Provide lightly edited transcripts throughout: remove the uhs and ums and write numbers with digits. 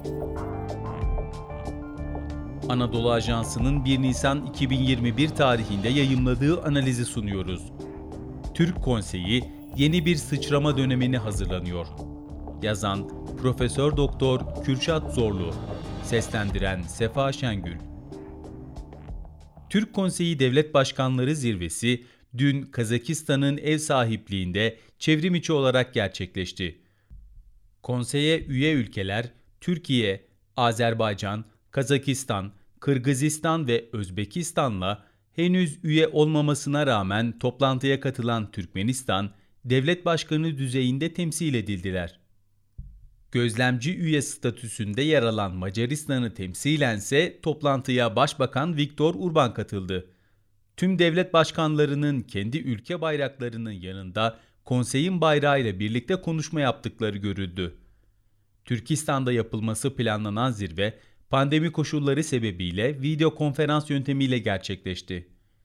Anadolu Ajansı'nın 1 Nisan 2021 tarihinde yayımladığı analizi sunuyoruz. Türk Konseyi yeni bir sıçrama dönemine hazırlanıyor. Yazan Profesör Doktor Kürşat Zorlu, seslendiren Sefa Şengül. Türk Konseyi Devlet Başkanları Zirvesi dün Kazakistan'ın ev sahipliğinde çevrimiçi olarak gerçekleşti. Konseye üye ülkeler Türkiye, Azerbaycan, Kazakistan, Kırgızistan ve Özbekistan'la henüz üye olmamasına rağmen toplantıya katılan Türkmenistan, devlet başkanı düzeyinde temsil edildiler. Gözlemci üye statüsünde yer alan Macaristan'ı temsilense toplantıya Başbakan Viktor Orban katıldı. Tüm devlet başkanlarının kendi ülke bayraklarının yanında konseyin bayrağıyla birlikte konuşma yaptıkları görüldü. Türkistan'da yapılması planlanan zirve, pandemi koşulları sebebiyle video konferans yöntemiyle gerçekleşti.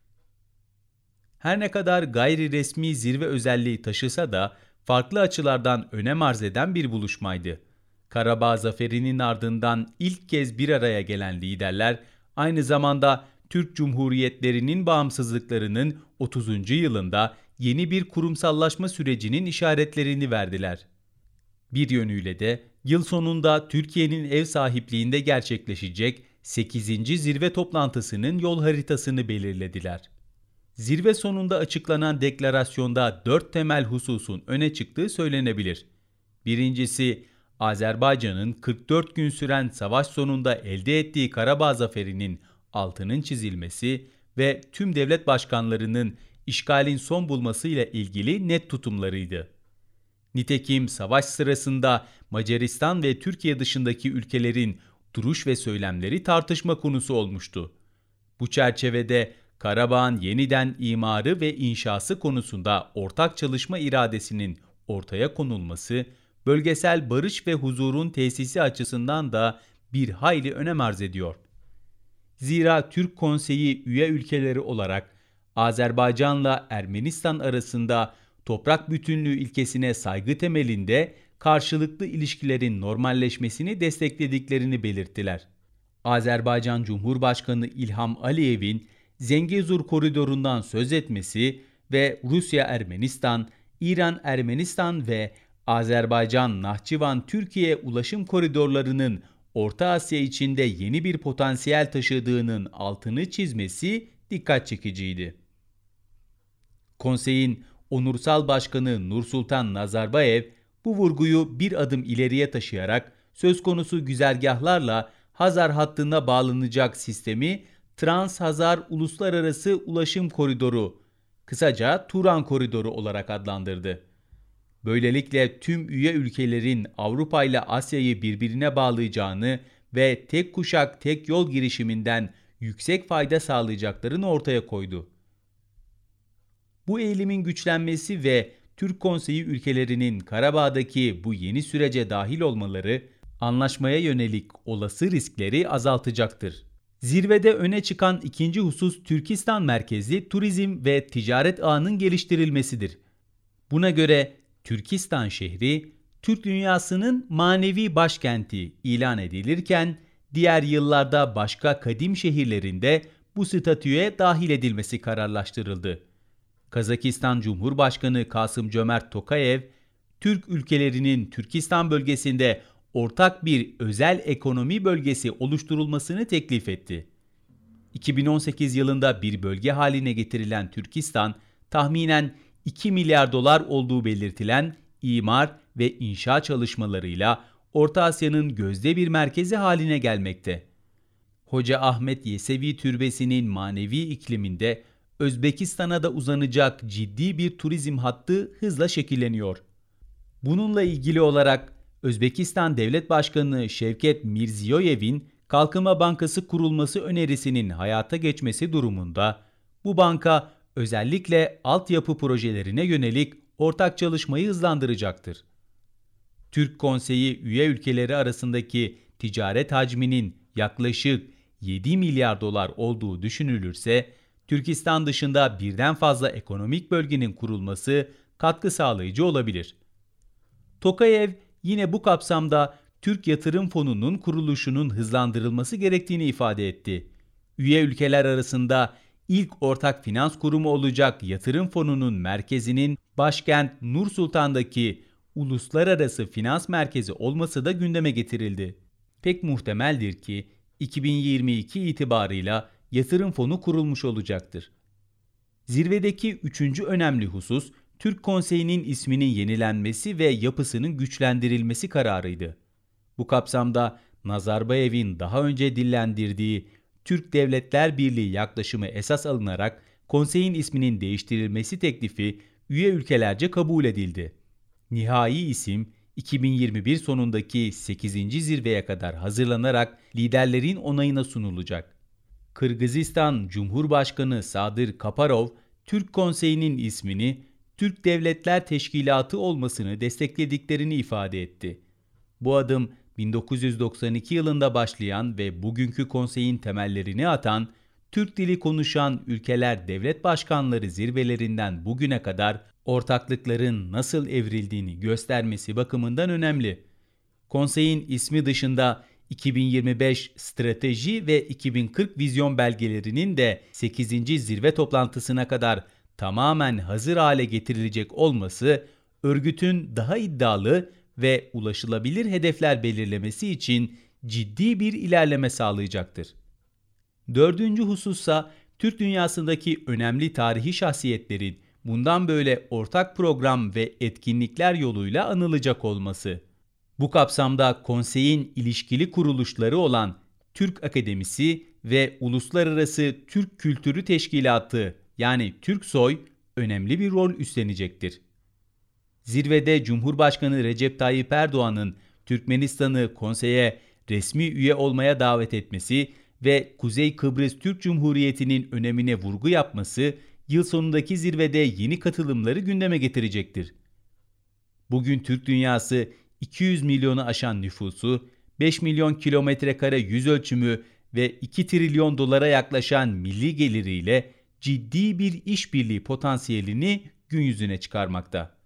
Her ne kadar gayri resmi zirve özelliği taşısa da farklı açılardan önem arz eden bir buluşmaydı. Karabağ zaferinin ardından ilk kez bir araya gelen liderler aynı zamanda Türk Cumhuriyetlerinin bağımsızlıklarının 30. yılında yeni bir kurumsallaşma sürecinin işaretlerini verdiler. Bir yönüyle de yıl sonunda Türkiye'nin ev sahipliğinde gerçekleşecek 8. zirve toplantısının yol haritasını belirlediler. Zirve sonunda açıklanan deklarasyonda 4 temel hususun öne çıktığı söylenebilir. Birincisi, Azerbaycan'ın 44 gün süren savaş sonunda elde ettiği Karabağ zaferinin altının çizilmesi ve tüm devlet başkanlarının işgalin son bulmasıyla ilgili net tutumlarıydı. Nitekim savaş sırasında Macaristan ve Türkiye dışındaki ülkelerin duruş ve söylemleri tartışma konusu olmuştu. Bu çerçevede Karabağ'ın yeniden imarı ve inşası konusunda ortak çalışma iradesinin ortaya konulması, bölgesel barış ve huzurun tesisi açısından da bir hayli önem arz ediyor. Zira Türk Konseyi üye ülkeleri olarak Azerbaycan'la Ermenistan arasında toprak bütünlüğü ilkesine saygı temelinde karşılıklı ilişkilerin normalleşmesini desteklediklerini belirttiler. Azerbaycan Cumhurbaşkanı İlham Aliyev'in Zengezur koridorundan söz etmesi ve Rusya-Ermenistan, İran-Ermenistan ve Azerbaycan-Nahçıvan-Türkiye ulaşım koridorlarının Orta Asya içinde yeni bir potansiyel taşıdığının altını çizmesi dikkat çekiciydi. Konseyin onursal başkanı Nursultan Nazarbayev bu vurguyu bir adım ileriye taşıyarak söz konusu güzergahlarla Hazar hattına bağlanacak sistemi Trans-Hazar Uluslararası Ulaşım Koridoru, kısaca Turan Koridoru olarak adlandırdı. Böylelikle tüm üye ülkelerin Avrupa ile Asya'yı birbirine bağlayacağını ve tek kuşak tek yol girişiminden yüksek fayda sağlayacaklarını ortaya koydu. Bu eğilimin güçlenmesi ve Türk Konseyi ülkelerinin Karabağ'daki bu yeni sürece dahil olmaları, anlaşmaya yönelik olası riskleri azaltacaktır. Zirvede öne çıkan ikinci husus Türkistan merkezli turizm ve ticaret ağının geliştirilmesidir. Buna göre Türkistan şehri, Türk dünyasının manevi başkenti ilan edilirken, diğer yıllarda başka kadim şehirlerinde bu statüye dahil edilmesi kararlaştırıldı. Kazakistan Cumhurbaşkanı Kasım-Cömert Tokayev, Türk ülkelerinin Türkistan bölgesinde ortak bir özel ekonomi bölgesi oluşturulmasını teklif etti. 2018 yılında bir bölge haline getirilen Türkistan, tahminen 2 milyar dolar olduğu belirtilen imar ve inşa çalışmalarıyla Orta Asya'nın gözde bir merkezi haline gelmekte. Hoca Ahmet Yesevi Türbesi'nin manevi ikliminde Özbekistan'a da uzanacak ciddi bir turizm hattı hızla şekilleniyor. Bununla ilgili olarak Özbekistan Devlet Başkanı Şevket Mirziyoyev'in Kalkınma Bankası kurulması önerisinin hayata geçmesi durumunda bu banka özellikle altyapı projelerine yönelik ortak çalışmayı hızlandıracaktır. Türk Konseyi üye ülkeleri arasındaki ticaret hacminin yaklaşık 7 milyar dolar olduğu düşünülürse, Türkistan dışında birden fazla ekonomik bölgenin kurulması katkı sağlayıcı olabilir. Tokayev yine bu kapsamda Türk Yatırım Fonu'nun kuruluşunun hızlandırılması gerektiğini ifade etti. Üye ülkeler arasında ilk ortak finans kurumu olacak Yatırım Fonu'nun merkezinin başkent Nur Sultan'daki Uluslararası Finans Merkezi olması da gündeme getirildi. Pek muhtemeldir ki 2022 itibarıyla Yatırım Fonu kurulmuş olacaktır. Zirvedeki üçüncü önemli husus, Türk Konseyi'nin isminin yenilenmesi ve yapısının güçlendirilmesi kararıydı. Bu kapsamda Nazarbayev'in daha önce dillendirdiği Türk Devletler Birliği yaklaşımı esas alınarak konseyin isminin değiştirilmesi teklifi üye ülkelerce kabul edildi. Nihai isim 2021 sonundaki 8. zirveye kadar hazırlanarak liderlerin onayına sunulacak. Kırgızistan Cumhurbaşkanı Sadır Kaparov, Türk Konseyi'nin ismini Türk Devletler Teşkilatı olmasını desteklediklerini ifade etti. Bu adım 1992 yılında başlayan ve bugünkü konseyin temellerini atan Türk dili konuşan ülkeler devlet başkanları zirvelerinden bugüne kadar ortaklıkların nasıl evrildiğini göstermesi bakımından önemli. Konseyin ismi dışında 2025 strateji ve 2040 vizyon belgelerinin de 8. zirve toplantısına kadar tamamen hazır hale getirilecek olması, örgütün daha iddialı ve ulaşılabilir hedefler belirlemesi için ciddi bir ilerleme sağlayacaktır. Dördüncü husussa Türk dünyasındaki önemli tarihi şahsiyetlerin bundan böyle ortak program ve etkinlikler yoluyla anılacak olması. Bu kapsamda konseyin ilişkili kuruluşları olan Türk Akademisi ve Uluslararası Türk Kültürü Teşkilatı yani TÜRKSOY önemli bir rol üstlenecektir. Zirvede Cumhurbaşkanı Recep Tayyip Erdoğan'ın Türkmenistan'ı konseye resmi üye olmaya davet etmesi ve Kuzey Kıbrıs Türk Cumhuriyeti'nin önemine vurgu yapması, yıl sonundaki zirvede yeni katılımları gündeme getirecektir. Bugün Türk dünyası 200 milyonu aşan nüfusu, 5 milyon kilometre kare yüz ölçümü ve 2 trilyon dolara yaklaşan milli geliriyle ciddi bir işbirliği potansiyelini gün yüzüne çıkarmakta.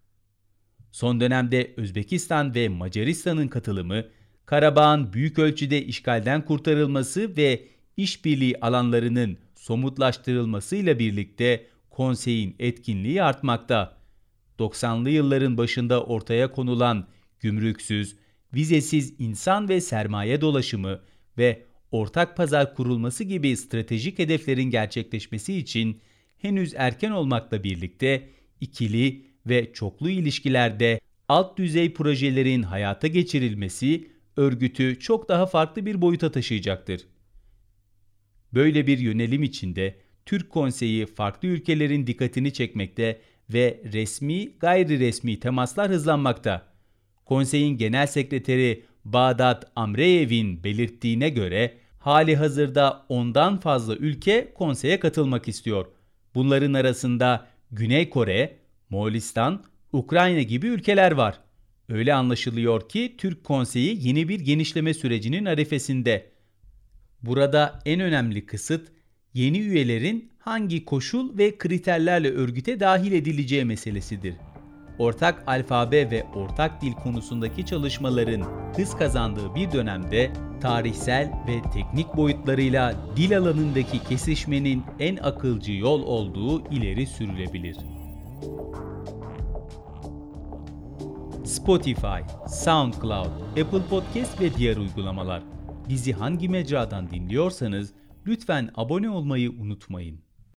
Son dönemde Özbekistan ve Macaristan'ın katılımı, Karabağ'ın büyük ölçüde işgalden kurtarılması ve işbirliği alanlarının somutlaştırılmasıyla birlikte konseyin etkinliği artmakta. 90'lı yılların başında ortaya konulan gümrüksüz, vizesiz insan ve sermaye dolaşımı ve ortak pazar kurulması gibi stratejik hedeflerin gerçekleşmesi için henüz erken olmakla birlikte ikili ve çoklu ilişkilerde alt düzey projelerin hayata geçirilmesi örgütü çok daha farklı bir boyuta taşıyacaktır. Böyle bir yönelim içinde Türk Konseyi farklı ülkelerin dikkatini çekmekte ve resmi, gayri resmi temaslar hızlanmakta. Konseyin Genel Sekreteri Bağdat Amreyev'in belirttiğine göre hali hazırda 10'dan fazla ülke konseye katılmak istiyor. Bunların arasında Güney Kore, Moğolistan, Ukrayna gibi ülkeler var. Öyle anlaşılıyor ki Türk Konseyi yeni bir genişleme sürecinin arifesinde. Burada en önemli kısıt yeni üyelerin hangi koşul ve kriterlerle örgüte dahil edileceği meselesidir. Ortak alfabe ve ortak dil konusundaki çalışmaların hız kazandığı bir dönemde tarihsel ve teknik boyutlarıyla dil alanındaki kesişmenin en akılcı yol olduğu ileri sürülebilir. Spotify, SoundCloud, Apple Podcast ve diğer uygulamalar. Bizi hangi mecradan dinliyorsanız lütfen abone olmayı unutmayın.